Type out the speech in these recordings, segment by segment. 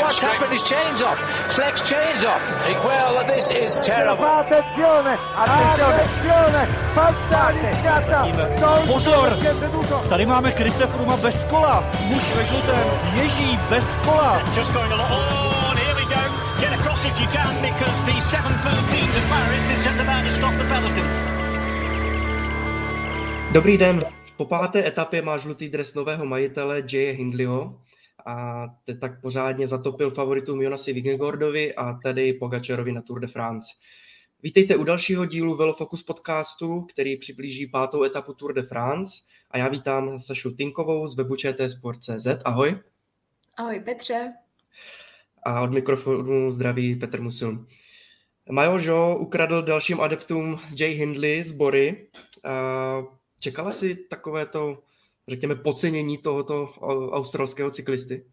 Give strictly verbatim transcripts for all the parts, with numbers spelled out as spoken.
what's happened? His chain's off. Fleck's chain's off. Well, this is terrible. Attenzione, attenzione, fantasticata. Pozor, tady máme Chrise Frooma bez kola. Muž ve žlutém ježí bez kola. Just going along. Oh, and here we go. Get across if you can, because the seven thirteen to Paris is just about to stop the peloton. Dobrý den. Po páté etapě má žlutý dres nového majitele Jaye Hindleyho a te tak pořádně zatopil favoritům Jonasi Vingegaardovi a tedy Pogačarovi na Tour de France. Vítejte u dalšího dílu Velofocus podcastu, který přiblíží pátou etapu Tour de France, a já vítám Sašu Tinkovou z webu čtsport tečka cz. Ahoj. Ahoj Petře. A od mikrofonu zdraví Petr Musil. Majo Zhou ukradl dalším adeptům Jaye Hindley z Bory. Čekala jsi takovéto, řekněme, podcenění tohoto australského cyklisty?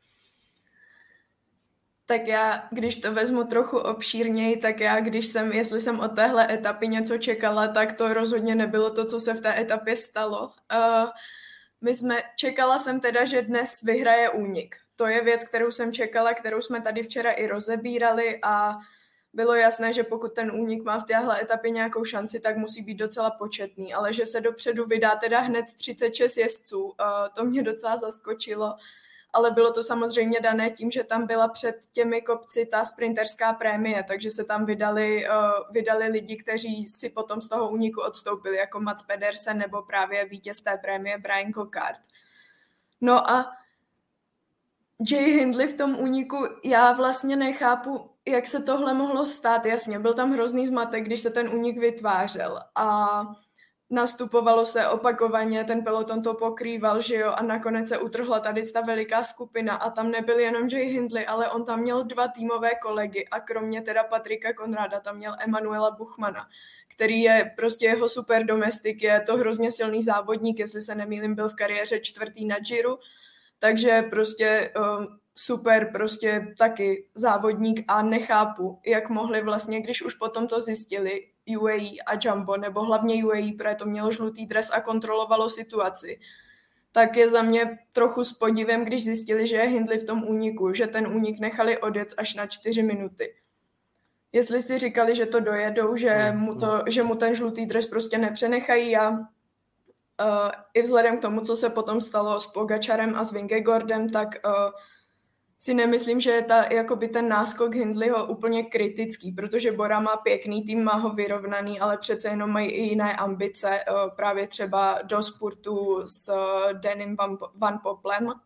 Tak já, když to vezmu trochu obšírněji, tak já, když jsem, jestli jsem od téhle etapy něco čekala, tak to rozhodně nebylo to, co se v té etapě stalo. Uh, my jsme, čekala jsem teda, že dnes vyhraje únik. To je věc, kterou jsem čekala, kterou jsme tady včera i rozebírali a bylo jasné, že pokud ten únik má v téhle etapě nějakou šanci, tak musí být docela početný, ale že se dopředu vydá teda hned třicet šest jezdců, uh, to mě docela zaskočilo, ale bylo to samozřejmě dané tím, že tam byla před těmi kopci ta sprinterská prémie, takže se tam vydali, uh, vydali lidi, kteří si potom z toho úniku odstoupili, jako Mats Pedersen nebo právě vítěz té prémie Brian Cockart. No a Jaye Hindley v tom úniku, já vlastně nechápu, jak se tohle mohlo stát. Jasně, byl tam hrozný zmatek, když se ten únik vytvářel a nastupovalo se opakovaně, ten peloton to pokrýval, že jo, a nakonec se utrhla tady ta veliká skupina a tam nebyl jenom Jaye Hindley, ale on tam měl dva týmové kolegy a kromě teda Patrika Konrada tam měl Emanuela Buchmana, který je prostě jeho super domestik, je to hrozně silný závodník, jestli se nemýlím, byl v kariéře čtvrtý na Giro, takže prostě um, super, prostě taky závodník a nechápu, jak mohli vlastně, když už potom to zjistili U A E a Jumbo, nebo hlavně U A E, protože to mělo žlutý dres a kontrolovalo situaci, tak je za mě trochu s podivem, když zjistili, že je Hindley v tom úniku, že ten únik nechali odjet až na čtyři minuty. Jestli si říkali, že to dojedou, že mu, to, že mu ten žlutý dres prostě nepřenechají, já Uh, i vzhledem k tomu, co se potom stalo s Pogačarem a s Vingegaardem, tak uh, si nemyslím, že je ta, jakoby ten náskok Hindleyho úplně kritický, protože Bora má pěkný tým, má ho vyrovnaný, ale přece jenom mají i jiné ambice, uh, právě třeba do spurtu s uh, Danem Van, Van Poplem. Uh,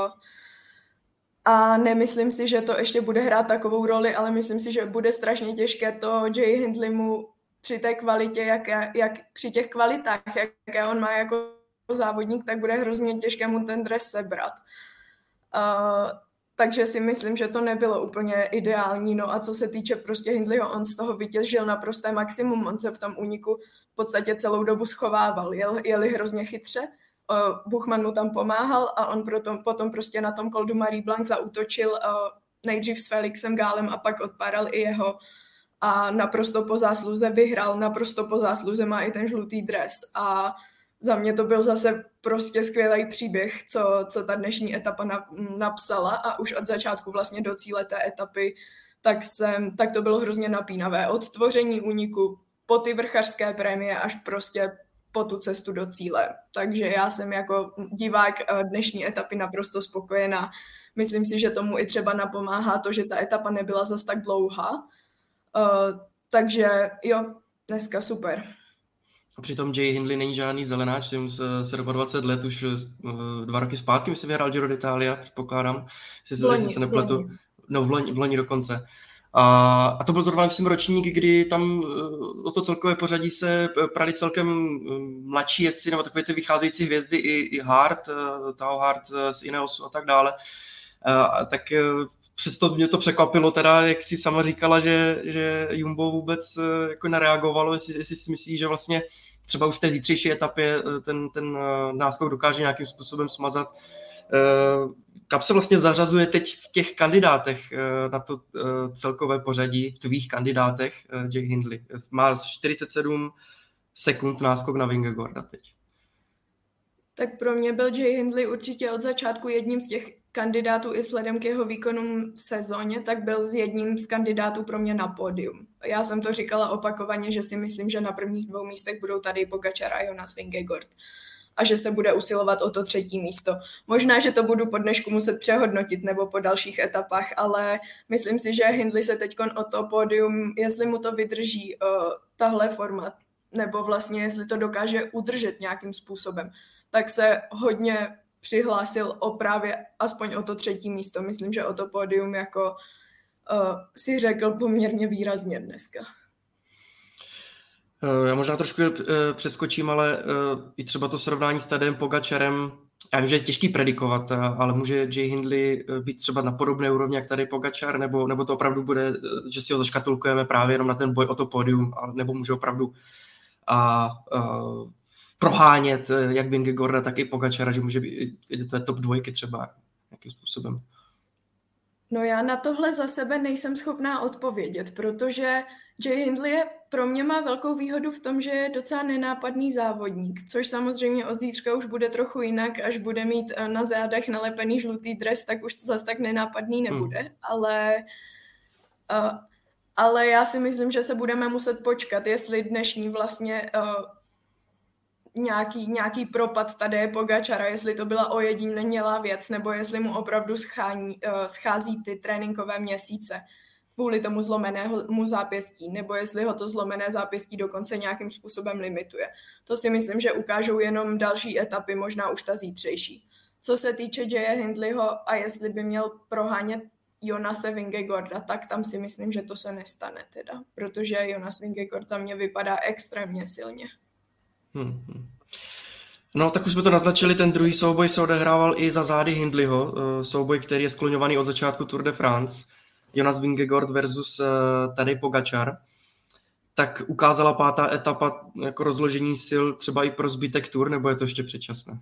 a nemyslím si, že to ještě bude hrát takovou roli, ale myslím si, že bude strašně těžké to Jaye Hindleymu při té kvalitě, jak, jak při těch kvalitách, jak, jaké on má jako závodník, tak bude hrozně těžké mu ten dres sebrat. Uh, takže si myslím, že to nebylo úplně ideální. No a co se týče prostě Hindleyho, on z toho vytěžil naprosté maximum, on se v tom úniku v podstatě celou dobu schovával, jel, jeli hrozně chytře, uh, Buchmann mu tam pomáhal a on proto, potom prostě na tom Col du Marie Blanc zaútočil uh, nejdřív s Felixem Gálem a pak odpáral i jeho a naprosto po zásluze vyhrál, naprosto po zásluze má i ten žlutý dres a za mě to byl zase prostě skvělý příběh, co, co ta dnešní etapa na, napsala a už od začátku vlastně do cíle té etapy, tak, jsem, tak to bylo hrozně napínavé. Od tvoření úniku po ty vrchařské prémie až prostě po tu cestu do cíle. Takže já jsem jako divák dnešní etapy naprosto spokojená. Myslím si, že tomu i třeba napomáhá to, že ta etapa nebyla zas tak dlouhá. Uh, takže jo, dneska super. A přitom Jaye Hindley není žádný zelenáč, jsem dvacet sedm let, už uh, dva roky zpátky, myslím, vyhrál Giro d'Italia, předpokládám, jestli se, se nepletu, no v loni, v loni dokonce. A, a to byl zrovna, myslím, ročník, kdy tam uh, o to celkové pořadí se prali celkem uh, mladší jezdci, nebo takové ty vycházející hvězdy, i, i Hart, uh, Tao Hart uh, z Ineosu a tak dále. Uh, tak uh, Přesto mě to překvapilo, teda, jak si sama říkala, že, že Jumbo vůbec jako nereagovalo, jestli, jestli si myslí, že vlastně třeba už v té zítřejší etapě ten, ten náskok dokáže nějakým způsobem smazat. Kam se vlastně zařazuje teď v těch kandidátech na to celkové pořadí, v tvých kandidátech Jaye Hindley? Má čtyřicet sedm sekund náskok na Vingegaarda teď. Tak pro mě byl Jay Hindley určitě od začátku jedním z těch kandidátů i vzhledem k jeho výkonům v sezóně, tak byl jedním z kandidátů pro mě na pódium. Já jsem to říkala opakovaně, že si myslím, že na prvních dvou místech budou tady Pogačar a Jonas Vingegaard a že se bude usilovat o to třetí místo. Možná, že to budu po dnešku muset přehodnotit nebo po dalších etapách, ale myslím si, že Hindley se teďkon o to pódium, jestli mu to vydrží uh, tahle forma, nebo vlastně jestli to dokáže udržet nějakým způsobem, tak se hodně přihlásil o právě aspoň o to třetí místo. Myslím, že o to pódium jako uh, si řekl poměrně výrazně dneska. Já možná trošku uh, přeskočím, ale uh, i třeba to srovnání s Tadem Pogačarem, já vím, že je těžký predikovat, ale může Jay Hindley být třeba na podobné úrovni, jak tady Pogačar, nebo, nebo to opravdu bude, že si ho zaškatulkujeme právě jenom na ten boj o to pódium, nebo může opravdu a, uh, prohánět jak Vingegaarda, tak i Pogačara, že může být do té top dvojky třeba nějakým způsobem. No já na tohle za sebe nejsem schopná odpovědět, protože Jay Hindley je, pro mě má velkou výhodu v tom, že je docela nenápadný závodník, což samozřejmě od zítřka už bude trochu jinak, až bude mít na zádech nalepený žlutý dres, tak už to zase tak nenápadný nebude, hmm. ale, uh, ale já si myslím, že se budeme muset počkat, jestli dnešní vlastně uh, Nějaký, nějaký propad tady Pogačara, jestli to byla ojedinělá věc, nebo jestli mu opravdu schání, uh, schází ty tréninkové měsíce kvůli tomu zlomenému zápěstí, nebo jestli ho to zlomené zápěstí dokonce nějakým způsobem limituje. To si myslím, že ukážou jenom další etapy, možná už ta zítřejší. Co se týče Jaye Hindleyho a jestli by měl prohánět Jonase Vingegaarda, tak tam si myslím, že to se nestane teda, protože Jonas Vingegaard za mě vypadá extrémně silně. Hmm. No, tak už jsme to naznačili, ten druhý souboj se odehrával i za zády Hindleyho, souboj, který je skloňovaný od začátku Tour de France, Jonas Vingegaard versus Tadej Pogačar. Tak ukázala pátá etapa jako rozložení sil třeba i pro zbytek Tour, nebo je to ještě předčasné?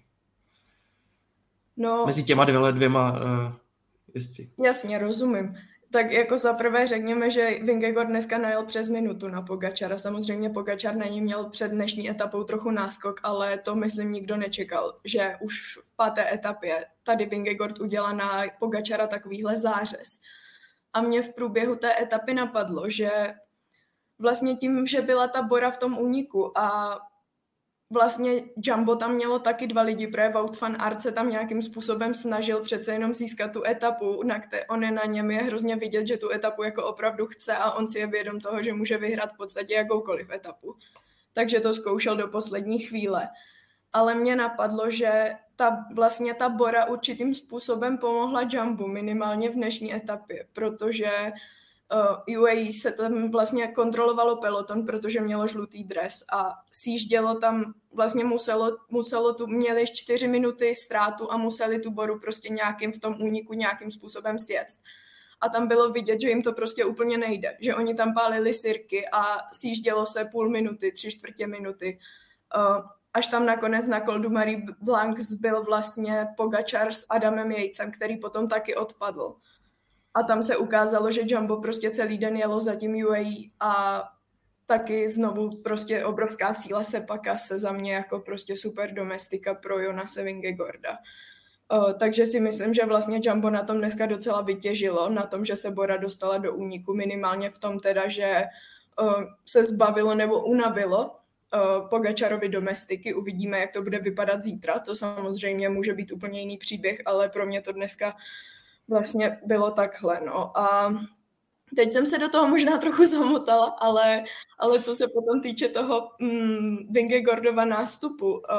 No, mezi těma dvěma, dvěma uh, jezdci. Jasně, rozumím. Tak jako za prvé řekněme, že Vingegaard dneska najel přes minutu na Pogačara. Samozřejmě Pogačar na ní měl před dnešní etapou trochu náskok, ale to myslím nikdo nečekal, že už v páté etapě tady Vingegaard udělá na Pogačara takovýhle zářez. A mě v průběhu té etapy napadlo, že vlastně tím, že byla ta bora v tom úniku a vlastně Jumbo tam mělo taky dva lidi, protože Wout van Aert se tam nějakým způsobem snažil přece jenom získat tu etapu, na které on je na něm, je hrozně vidět, že tu etapu jako opravdu chce a on si je vědom toho, že může vyhrát v podstatě jakoukoliv etapu. Takže to zkoušel do poslední chvíle. Ale mě napadlo, že ta, vlastně ta bora určitým způsobem pomohla Jumbo, minimálně v dnešní etapě, protože Uh, U A E se tam vlastně kontrolovalo peloton, protože mělo žlutý dres a sjíždělo tam, vlastně muselo, muselo tu, měli čtyři minuty ztrátu a museli tu boru prostě nějakým v tom úniku nějakým způsobem sjet. A tam bylo vidět, že jim to prostě úplně nejde, že oni tam pálili sirky a sjíždělo se půl minuty, tři čtvrtě minuty. Uh, až tam nakonec na Col du Marie Blanc zbyl vlastně Pogačar s Adamem Yatesem, který potom taky odpadl. A tam se ukázalo, že Jumbo prostě celý den jelo za tím U A E a taky znovu prostě obrovská síla Sepaka se za mě jako prostě super domestika pro Jonase Vingegaarda. Uh, takže si myslím, že vlastně Jumbo na tom dneska docela vytěžilo, na tom, že se bora dostala do úniku, minimálně v tom teda, že uh, se zbavilo nebo unavilo uh, Pogačarovi domestiky. Uvidíme, jak to bude vypadat zítra. To samozřejmě může být úplně jiný příběh, ale pro mě to dneska vlastně bylo takhle, no. A teď jsem se do toho možná trochu zamotala, ale, ale co se potom týče toho mm, Vingegaardova nástupu, uh,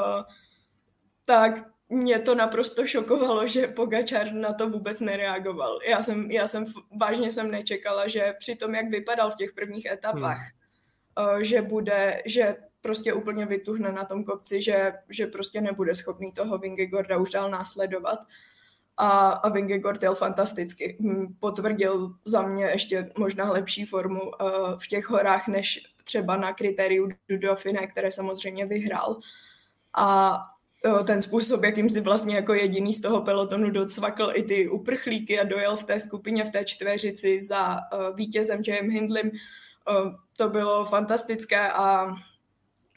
tak mě to naprosto šokovalo, že Pogačar na to vůbec nereagoval. Já jsem, já jsem vážně jsem nečekala, že při tom, jak vypadal v těch prvních etapách, hmm. uh, že bude, že prostě úplně vytuhne na tom kopci, že, že prostě nebude schopný toho Vingegaarda už dál následovat. A, a Vingegaard jel fantasticky. Potvrdil za mě ještě možná lepší formu uh, v těch horách, než třeba na kritériu du Dauphiné, které samozřejmě vyhrál. A uh, ten způsob, jakým si vlastně jako jediný z toho pelotonu docvakl i ty uprchlíky a dojel v té skupině, v té čtveřici za uh, vítězem Jayem Hindleym, uh, to bylo fantastické a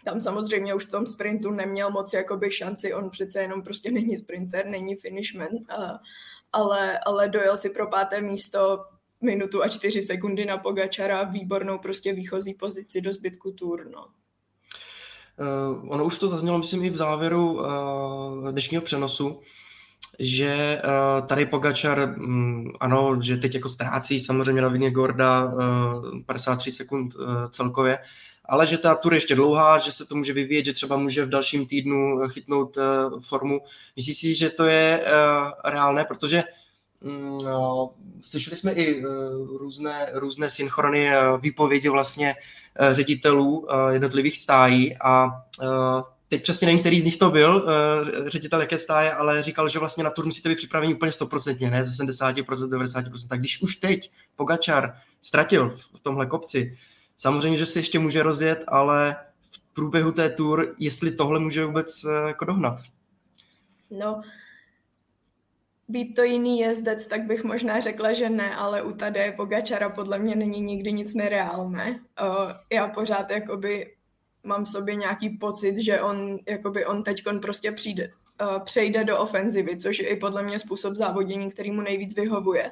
tam samozřejmě už v tom sprintu neměl moc jakoby šanci, on přece jenom prostě není sprinter, není finishman, uh, ale, ale dojel si pro páté místo minutu a čtyři sekundy na Pogačara, výbornou prostě výchozí pozici do zbytku Tour, no. Uh, ono už to zaznělo, myslím, i v závěru uh, dnešního přenosu, že uh, tady Pogačar, um, ano, že teď jako ztrácí samozřejmě na Vingegaarda uh, padesát tři sekund uh, celkově, ale že ta Tour je ještě dlouhá, že se to může vyvíjet, že třeba může v dalším týdnu chytnout uh, formu. Myslíš si, že to je uh, reálné, protože No, slyšeli jsme i uh, různé, různé synchrony uh, výpovědi vlastně uh, ředitelů uh, jednotlivých stájí a uh, teď přesně nevím, který z nich to byl, uh, ředitel jaké stáje, ale říkal, že vlastně na Tour musíte být připraveni úplně sto procent, ne ze sedmdesát procent, devadesát procent. Tak když už teď Pogačar ztratil v tomhle kopci, samozřejmě, že se ještě může rozjet, ale v průběhu té Tour, jestli tohle může vůbec uh, jako dohnat. No, být to jiný jezdec, tak bych možná řekla, že ne, ale u Tadeje Pogačara podle mě není nikdy nic nereálné. Já pořád jakoby mám v sobě nějaký pocit, že on, jakoby on teďkon prostě přijde, přejde do ofenzivy, což je i podle mě způsob závodění, který mu nejvíc vyhovuje.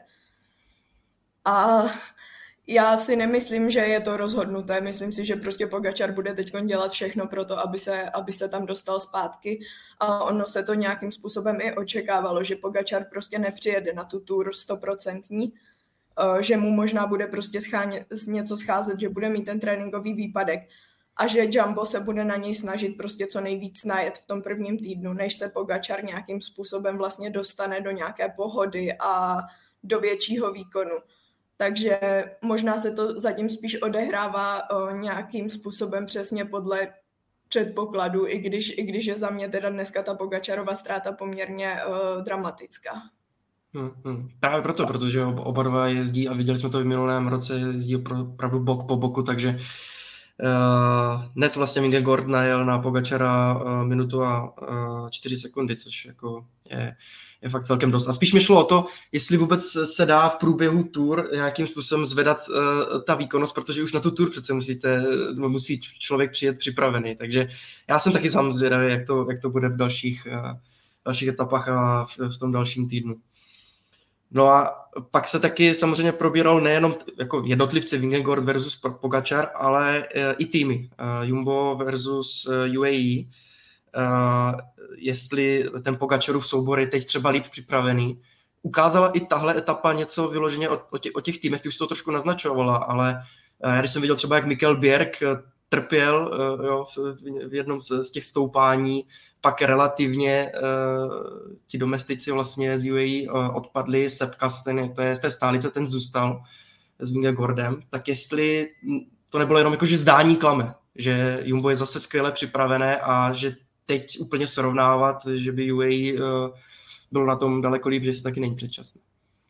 A já si nemyslím, že je to rozhodnuté. Myslím si, že prostě Pogačar bude teď dělat všechno pro to, aby se, aby se tam dostal zpátky. A ono se to nějakým způsobem i očekávalo, že Pogačar prostě nepřijede na tu Tour stoprocentní, že mu možná bude prostě scháně, něco scházet, že bude mít ten tréninkový výpadek a že Jumbo se bude na něj snažit prostě co nejvíc najet v tom prvním týdnu, než se Pogačar nějakým způsobem vlastně dostane do nějaké pohody a do většího výkonu. Takže možná se to zatím spíš odehrává o, nějakým způsobem přesně podle předpokladu, i když, i když je za mě teda dneska ta Pogačarova ztráta poměrně o, dramatická. Hmm, hmm. Právě proto, protože oba dva jezdí a viděli jsme to v minulém roce, jezdí opravdu bok po boku, takže uh, dnes vlastně Vingegaard najel na Pogačara uh, minutu a uh, čtyři sekundy, což jako je... je fakt celkem dost. A spíš mi šlo o to, jestli vůbec se dá v průběhu Tour nějakým způsobem zvedat uh, ta výkonnost, protože už na tu Tour přece musíte, musí člověk přijet připravený. Takže já jsem taky sám zvědavý, jak to, jak to bude v dalších, uh, dalších etapách a v, v tom dalším týdnu. No a pak se taky samozřejmě probíral nejenom jako jednotlivci Vingegaard versus Pogačar, ale uh, i týmy. Uh, Jumbo versus uh, U A E. Uh, jestli ten Pogačarův soubor je teď třeba líp připravený. Ukázala i tahle etapa něco vyloženě o, o, těch, o těch týmech, ty už to trošku naznačovala, ale uh, já když jsem viděl třeba, jak Mikkel Bjerg uh, trpěl uh, jo, v, v jednom z, z těch stoupání, pak relativně uh, ti domestici vlastně z U A E uh, odpadli, Sepp Kasten, to je z té stálice, ten zůstal s Vingegaardem, tak jestli to nebylo jenom jako, že zdání klame, že Jumbo je zase skvěle připravené a že teď úplně srovnávat, že by U A E uh, bylo na tom daleko líp, že se taky není předčasné.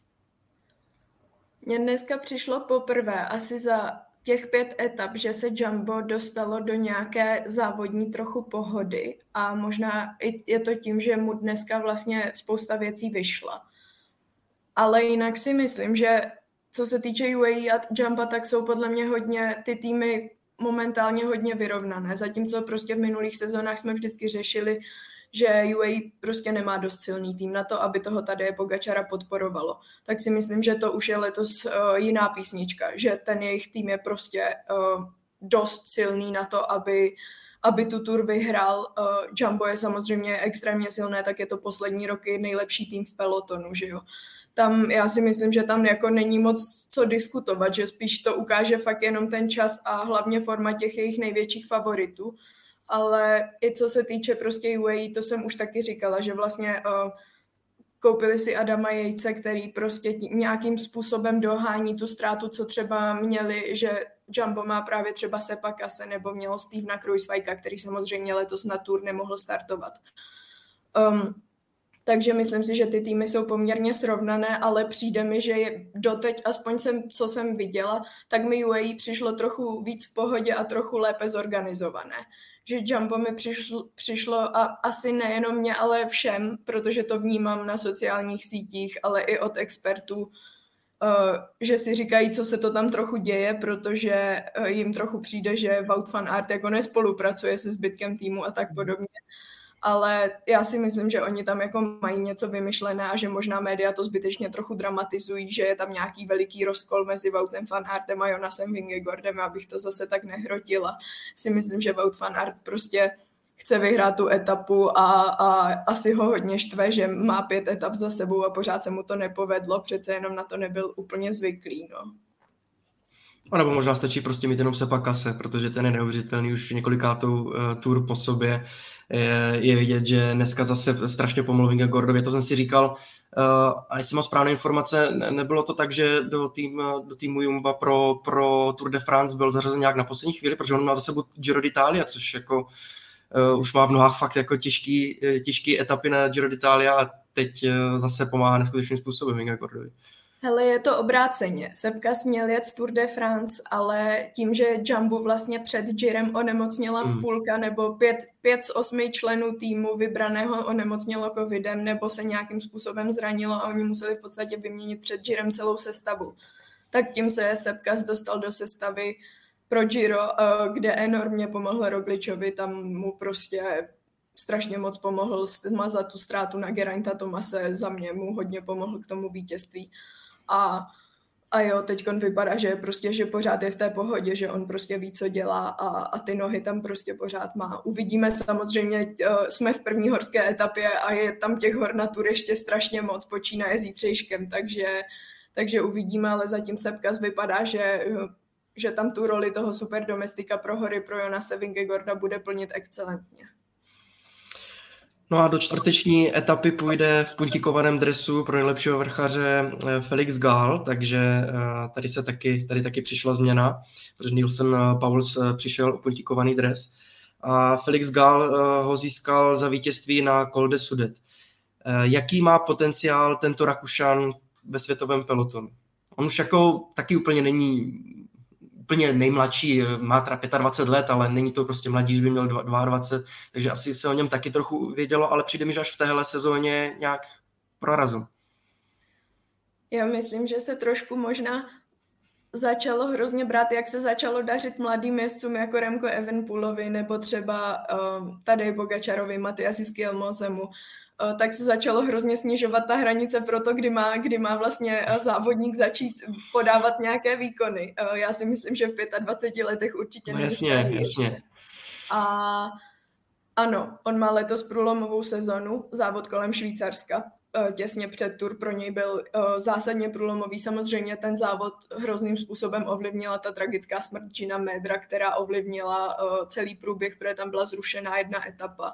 Mně dneska přišlo poprvé asi za těch pět etap, že se Jumbo dostalo do nějaké závodní trochu pohody a možná je to tím, že mu dneska vlastně spousta věcí vyšla. Ale jinak si myslím, že co se týče U A E a Jumbo, tak jsou podle mě hodně ty týmy momentálně hodně vyrovnané, zatímco prostě v minulých sezónách jsme vždycky řešili, že U A E prostě nemá dost silný tým na to, aby toho Tadeje Pogačara podporovalo. Tak si myslím, že to už je letos uh, jiná písnička, že ten jejich tým je prostě uh, dost silný na to, aby, aby tu Tour vyhrál. Uh, Jumbo je samozřejmě extrémně silné, tak je to poslední roky nejlepší tým v pelotonu, že jo. Tam já si myslím, že tam jako není moc co diskutovat, že spíš to ukáže fakt jenom ten čas a hlavně forma těch jejich největších favoritů. Ale i co se týče prostě U A E, to jsem už taky říkala, že vlastně uh, koupili si Adama Jejce, který prostě tí, nějakým způsobem dohání tu ztrátu, co třeba měli, že Jumbo má právě třeba Seppa Kase nebo mělo Stevena Kruijswijka, který samozřejmě letos na Tour nemohl startovat. Um, Takže myslím si, že ty týmy jsou poměrně srovnané, ale přijde mi, že je doteď, aspoň jsem, co jsem viděla, tak mi U A E přišlo trochu víc v pohodě a trochu lépe zorganizované. Že Jumbo mi přišlo, přišlo a asi nejenom mě, ale všem, protože to vnímám na sociálních sítích, ale i od expertů, že si říkají, co se to tam trochu děje, protože jim trochu přijde, že Wout van Aert jako nespolupracuje se zbytkem týmu a tak podobně. Ale já si myslím, že oni tam jako mají něco vymyšlené a že možná média to zbytečně trochu dramatizují, že je tam nějaký veliký rozkol mezi Woutem van Aertem a Jonasem Vingegaardem, abych to zase tak nehrotila. Si myslím, že Wout van Aert prostě chce vyhrát tu etapu a, a asi ho hodně štve, že má pět etap za sebou a pořád se mu to nepovedlo, přece jenom na to nebyl úplně zvyklý, no. A nebo možná stačí prostě mít jenom Seppa Kase, protože ten je neuvěřitelný už několikátou uh, tour po sobě. Je, je vidět, že dneska zase strašně pomohl Vingegaardovi. To jsem si říkal, uh, a jestli mám správné informace, ne, nebylo to tak, že do, tým, do týmu Jumba pro, pro Tour de France byl zařazen nějak na poslední chvíli, protože on má za sebou Giro d'Italia, což jako uh, už má v nohách fakt jako těžký, těžký etapy na Giro d'Italia a teď uh, zase pomáhá neskutečným způsobem Vingegaardovi. Hele, je to obráceně. Sepkas měl jet Tour de France, ale tím, že Jumbo vlastně před Girem onemocněla v půlka nebo pět, pět z osmi členů týmu vybraného onemocnělo covidem nebo se nějakým způsobem zranilo a oni museli v podstatě vyměnit před Girem celou sestavu. Tak tím se Sepkas dostal do sestavy pro Giro, kde enormně pomohl Rogličovi, tam mu prostě strašně moc pomohl smazat tu ztrátu na Gerainta Thomase, za mě mu hodně pomohl k tomu vítězství. A, a jo, teďkon vypadá, že prostě, že pořád je v té pohodě, že on prostě ví, co dělá a, a ty nohy tam prostě pořád má. Uvidíme samozřejmě, jsme v první horské etapě a je tam těch hor na Tour ještě strašně moc, počínaje zítřejškem, takže, takže uvidíme, ale zatím Sepkas vypadá, že, že tam tu roli toho super domestika pro hory, pro Jonase Vingegaarda bude plnit excelentně. No a do čtvrteční etapy půjde v puntíkovaném dresu pro nejlepšího vrchaře Felix Gall, takže tady se taky, tady taky přišla změna, protože Nielsen Pauls přišel o puntíkovaný dres a Felix Gall ho získal za vítězství na Col de Sudet. Jaký má potenciál tento Rakušan ve světovém pelotonu? On už jako taky úplně není úplně nejmladší, má teda dvacet pět let, ale není to prostě mladý, že by měl dvacet dva, takže asi se o něm taky trochu vědělo, ale přijde mi, že až v téhle sezóně nějak prorazil. Já myslím, že se trošku možná začalo hrozně brát, jak se začalo dařit mladým jezdcům jako Remco Evenepoelovi nebo třeba um, Tadej Pogačarovi, Matiasi Schielmosemu, uh, tak se začalo hrozně snižovat ta hranice pro to, kdy má, kdy má vlastně závodník začít podávat nějaké výkony. Uh, já si myslím, že v dvaceti pěti letech určitě no, jasně, jasně. A ano, on má letos průlomovou sezonu, závod kolem Švýcarska. Těsně před Tour pro něj byl uh, zásadně průlomový. Samozřejmě ten závod hrozným způsobem ovlivnila ta tragická smrt Gina Medra, která ovlivnila uh, celý průběh, protože tam byla zrušená jedna etapa.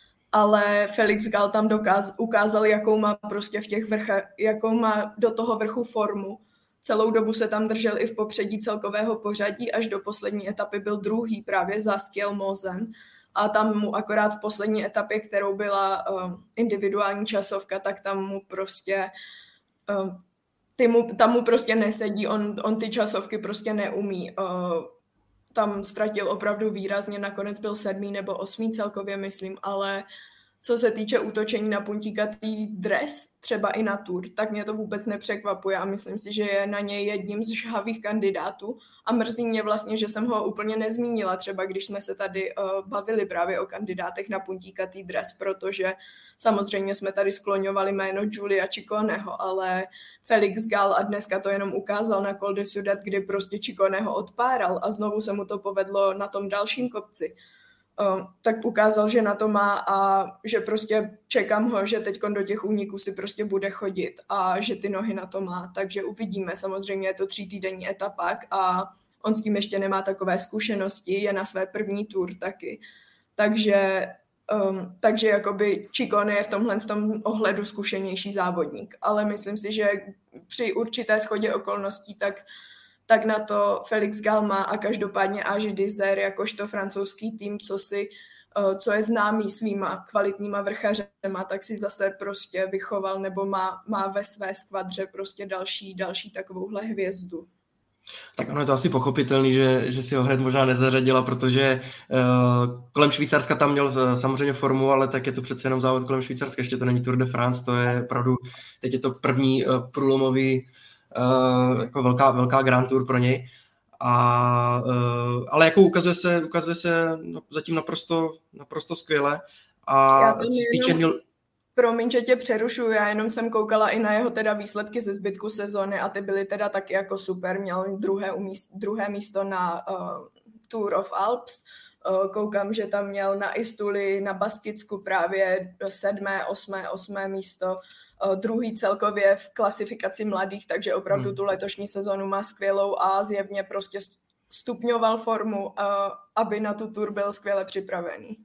Ale Felix Gall tam dokáz, ukázal, jakou má prostě v těch vrchách, jakou má do toho vrchu formu. Celou dobu se tam držel i v popředí celkového pořadí, až do poslední etapy byl druhý právě za Schielmosem. A tam mu akorát v poslední etapě, kterou byla uh, individuální časovka, tak tam mu prostě uh, ty mu, tam mu prostě nesedí, on, on ty časovky prostě neumí. Uh, tam ztratil opravdu výrazně, nakonec byl sedmý nebo osmý celkově, myslím, ale co se týče útočení na puntíkatý dres, třeba i na Tour, tak mě to vůbec nepřekvapuje a myslím si, že je na něj jedním z žhavých kandidátů a mrzí mě vlastně, že jsem ho úplně nezmínila, třeba když jsme se tady uh, bavili právě o kandidátech na puntíkatý dres, protože samozřejmě jsme tady skloňovali jméno Giulia Cicconeho, ale Felix Gall a dneska to jenom ukázal na Col de Sudet, kdy prostě Cicconeho odpáral a znovu se mu to povedlo na tom dalším kopci. Uh, tak ukázal, že na to má a že prostě čekám ho, že teď do těch úniků si prostě bude chodit a že ty nohy na to má, takže uvidíme. Samozřejmě je to třítýdenní etapa a on s tím ještě nemá takové zkušenosti, je na své první Tour taky. Takže, um, takže jakoby Ciccone je v tomhle tom ohledu zkušenější závodník, ale myslím si, že při určité shodě okolností tak tak na to Felix Gall má a každopádně A G Désert jakožto francouzský tým, co, si, co je známý svýma kvalitníma vrchařema, tak si zase prostě vychoval nebo má, má ve své skvadře prostě další, další takovouhle hvězdu. Tak ono je to asi pochopitelný, že, že si ho hned možná nezařadila, protože uh, kolem Švýcarska tam měl uh, samozřejmě formu, ale tak je to přece jenom závod kolem Švýcarska, ještě to není Tour de France, to je opravdu, teď je to první uh, průlomový uh, jako velká, velká Grand Tour pro něj. A, uh, ale jako ukazuje se, ukazuje se zatím naprosto, naprosto skvěle. A jenom, promiň, že tě přerušuju, já jenom jsem koukala i na jeho teda výsledky ze zbytku sezóny a ty byly teda taky jako super. Měl druhé, umíst, druhé místo na uh, Tour of Alps. Uh, koukám, že tam měl na Istuli, na Baskicku právě sedmé, osmé, osmé místo. Uh, druhý celkově v klasifikaci mladých, takže opravdu hmm. tu letošní sezónu má skvělou a zjevně prostě stupňoval formu, uh, aby na tu Tour byl skvěle připravený.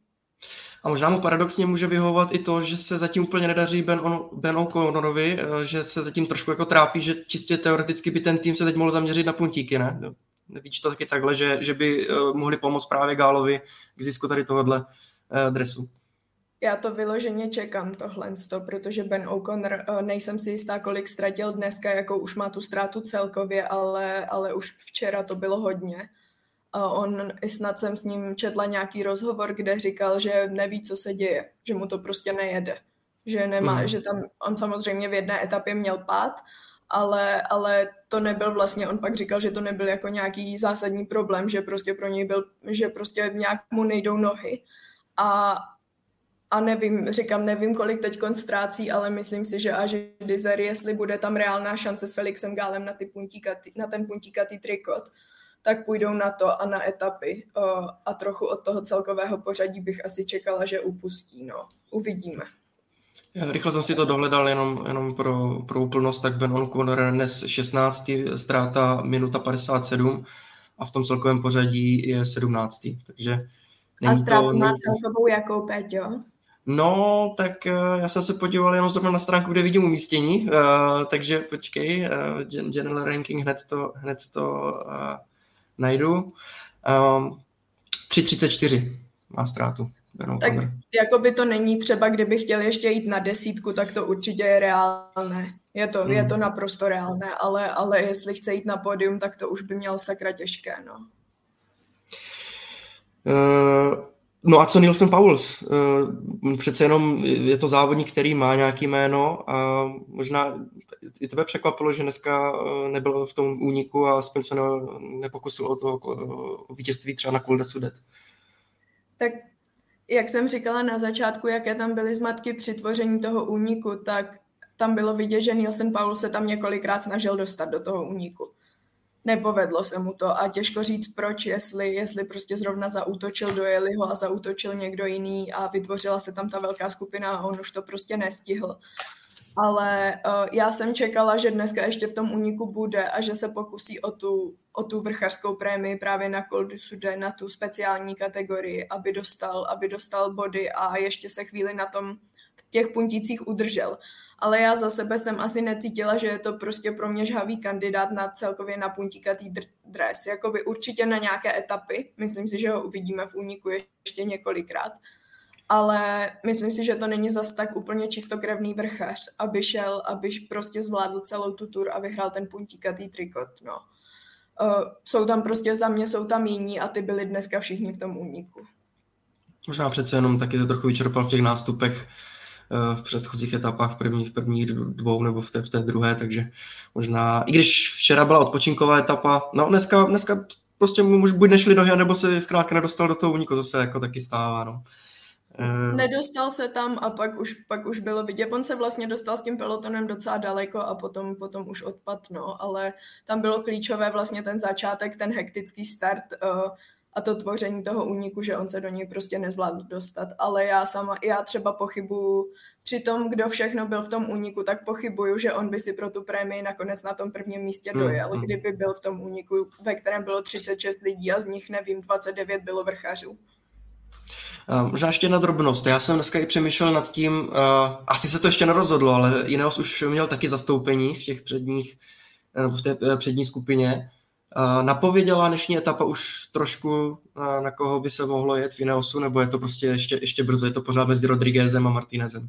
A možná mu paradoxně může vyhovovat i to, že se zatím úplně nedaří Ben, on, Ben O'Connorovi, že se zatím trošku jako trápí, že čistě teoreticky by ten tým se teď mohl zaměřit na puntíky, ne? Nevíš to taky takhle, že, že by uh, mohli pomoct právě Gálovi k zisku tady tohohle uh, dresu? Já to vyloženě čekám tohle, protože Ben O'Connor, uh, nejsem si jistá, kolik ztratil dneska, jakou už má tu ztrátu celkově, ale, ale už včera to bylo hodně. A on, i snad jsem s ním četla nějaký rozhovor, kde říkal, že neví, co se děje, že mu to prostě nejede, že nemá, mm. že tam, on samozřejmě v jedné etapě měl pád, ale, ale to nebyl vlastně, on pak říkal, že to nebyl jako nějaký zásadní problém, že prostě pro něj byl, že prostě nějak mu nejdou nohy a, a nevím, říkám, nevím, kolik teďkon ztrácí, ale myslím si, že až Dizer, jestli bude tam reálná šance s Felixem Gálem na, ty puntíkatý, na ten puntíkatý trikot, tak půjdou na to a na etapy. A trochu od toho celkového pořadí bych asi čekala, že upustí. No, uvidíme. Já rychle jsem si to dohledal jenom, jenom pro, pro úplnost, tak Ben O'Connor dnes šestnáctý, ztráta minuta padesát sedm a v tom celkovém pořadí je sedmnáctý. Takže a ztrátu má celkovou jakou, Péťo? No, tak já jsem se podíval jenom zrovna na stránku, kde vidím umístění, uh, takže počkej, uh, General Ranking, hned to, hned to uh, najdu. Um, tři třicet čtyři má ztrátu. Tak jako by to není třeba, kdyby chtěl ještě jít na desítku, tak to určitě je reálné. Je to, mm. je to naprosto reálné, ale, ale jestli chce jít na pódium, tak to už by měl sakra těžké, no. Uh, no a co Neilson Powells? Uh, přece jenom je to závodník, který má nějaký jméno a možná i tebe překvapilo, že dneska nebyl v tom úniku a aspoň se ne, nepokusil o to o vítězství třeba na Col de Sudet. Tak jak jsem říkala na začátku, jaké tam byly zmatky při tvoření toho úniku, tak tam bylo vidět, že Neilson Powell se tam několikrát snažil dostat do toho úniku. Nepovedlo se mu to a těžko říct proč, jestli, jestli prostě zrovna zaútočil do Jeliho a zaútočil někdo jiný a vytvořila se tam ta velká skupina a on už to prostě nestihl. Ale uh, já jsem čekala, že dneska ještě v tom úniku bude a že se pokusí o tu, o tu vrchařskou prémii právě na Col du Sudet, na tu speciální kategorii, aby dostal, aby dostal body a ještě se chvíli na tom v těch puntících udržel. Ale já za sebe jsem asi necítila, že je to prostě pro mě žhavý kandidát na celkově na puntíkatý dres. Jakoby určitě na nějaké etapy, myslím si, že ho uvidíme v úniku ještě několikrát. Ale myslím si, že to není zas tak úplně čistokrevný vrchař, aby šel, aby prostě zvládl celou tu tur a vyhrál ten puntíkatý trikot, no. Uh, jsou tam prostě za mě, jsou tam jiní a ty byli dneska všichni v tom úniku. Možná přece jenom taky to trochu vyčerpal v těch nástupech uh, v předchozích etapách, v prvních, v prvních dvou nebo v té, v té druhé, takže možná, i když včera byla odpočinková etapa, no dneska, dneska prostě mu buď nešli nohy, nebo se zkrátka nedostal do toho úniku, to se jako taky stává, no. Nedostal se tam a pak už, pak už bylo vidět. On se vlastně dostal s tím pelotonem docela daleko a potom, potom už odpad, no, ale tam bylo klíčové vlastně ten začátek, ten hektický start uh, a to tvoření toho úniku, že on se do něj prostě nezvládl dostat. Ale já sama, já třeba pochybuju, při tom, kdo všechno byl v tom úniku, tak pochybuju, že on by si pro tu prémii nakonec na tom prvním místě dojel, mm, mm. kdyby byl v tom úniku, ve kterém bylo třicet šest lidí a z nich, nevím, dvacet devět bylo vrchařů. Uh, možná ještě jedna drobnost. Já jsem dneska i přemýšlel nad tím, uh, asi se to ještě nerozhodlo, ale Ineos už měl taky zastoupení v těch předních, uh, v té uh, přední skupině. Uh, napověděla dnešní etapa už trošku, uh, na koho by se mohlo jet v Ineosu, nebo je to prostě ještě, ještě brzo, je to pořád mezi Rodriguezem a Martinezem?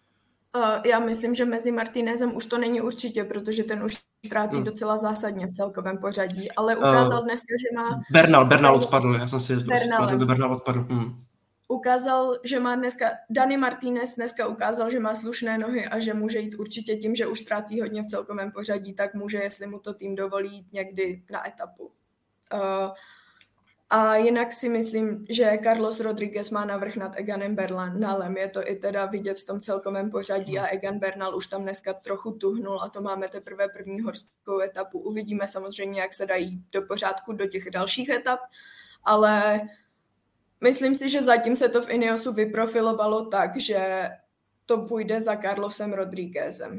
Uh, já myslím, že mezi Martinezem už to není určitě, protože ten už ztrácí hmm. docela zásadně v celkovém pořadí, ale ukázal uh, dneska, že má... Bernal, Bernal odpadl, já jsem si... Bernal, Bernal odpadl. Hmm. ukázal, že má dneska, Dani Martínez dneska ukázal, že má slušné nohy a že může jít určitě tím, že už ztrácí hodně v celkovém pořadí, tak může, jestli mu to tým dovolí, jít někdy na etapu. Uh, a jinak si myslím, že Carlos Rodriguez má navrch nad Eganem Bernalem. Je to i teda vidět v tom celkovém pořadí a Egan Bernal už tam dneska trochu tuhnul a to máme teprve první horskou etapu. Uvidíme samozřejmě, jak se dají do pořádku do těch dalších etap, ale myslím si, že zatím se to v Ineosu vyprofilovalo tak, že to půjde za Carlosem Rodriguezem.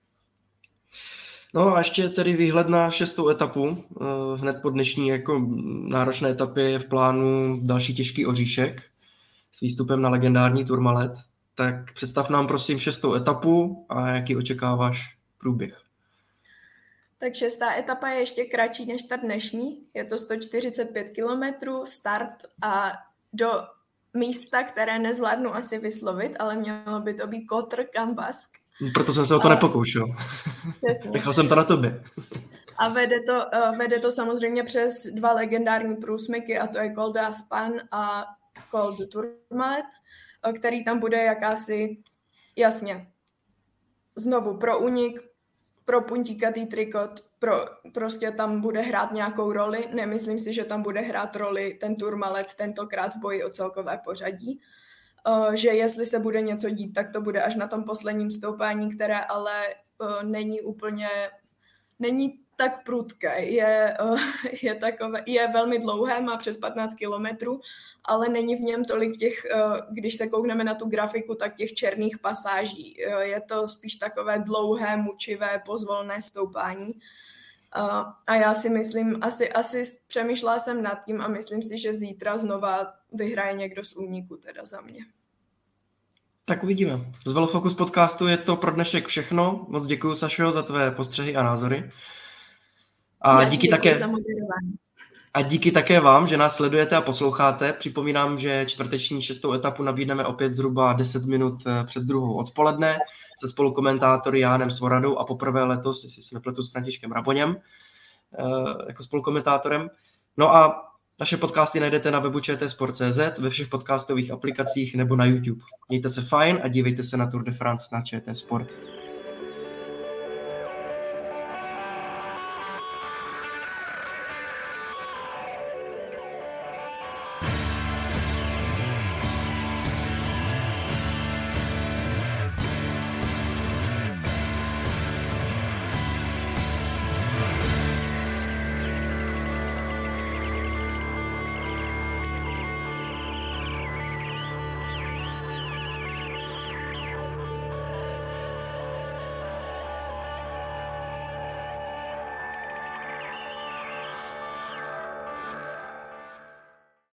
No a ještě tedy výhled na šestou etapu. Hned po dnešní jako náročné etapě je v plánu další těžký oříšek s výstupem na legendární Tourmalet. Tak představ nám prosím šestou etapu a jaký očekáváš průběh. Tak šestá etapa je ještě kratší než ta dnešní. Je to sto čtyřicet pět kilometrů, start a do místa, které nezvládnu asi vyslovit, ale mělo by to být Kotr Kambask. Proto jsem se o to a... nepokoušel. Nechal jsem to na tobě. A vede to, uh, vede to samozřejmě přes dva legendární průsmyky, a to je Col d'Aspin a Col du Tourmalet, uh, který tam bude jakási, jasně, znovu pro únik, pro puntíkatý trikot, pro, prostě tam bude hrát nějakou roli. Nemyslím si, že tam bude hrát roli ten Tourmalet tentokrát v boji o celkové pořadí. Uh, že jestli se bude něco dít, tak to bude až na tom posledním stoupání, které ale uh, není úplně, není tak prudké. Je, uh, je, takové, je velmi dlouhé, má přes patnáct kilometrů, ale není v něm tolik těch, uh, když se koukneme na tu grafiku, tak těch černých pasáží. Uh, je to spíš takové dlouhé, mučivé, pozvolné stoupání. Uh, a já si myslím, asi, asi přemýšlela jsem nad tím a myslím si, že zítra znova vyhraje někdo z úniku, teda za mě. Tak uvidíme. Z Velofocus podcastu je to pro dnešek všechno. Moc děkuji, Sašo, za tvé postřehy a názory. A díky také, a díky také vám, že nás sledujete a posloucháte. Připomínám, že čtvrteční šestou etapu nabídneme opět zhruba deset minut před druhou odpoledne se spolukomentátory Jánem Svoradou a poprvé letos, jestli se nepletu, s Františkem Raboněm jako spolukomentátorem. No a naše podcasty najdete na webu č t sport tečka c z, ve všech podcastových aplikacích nebo na YouTube. Mějte se fajn a dívejte se na Tour de France na ČT Sport.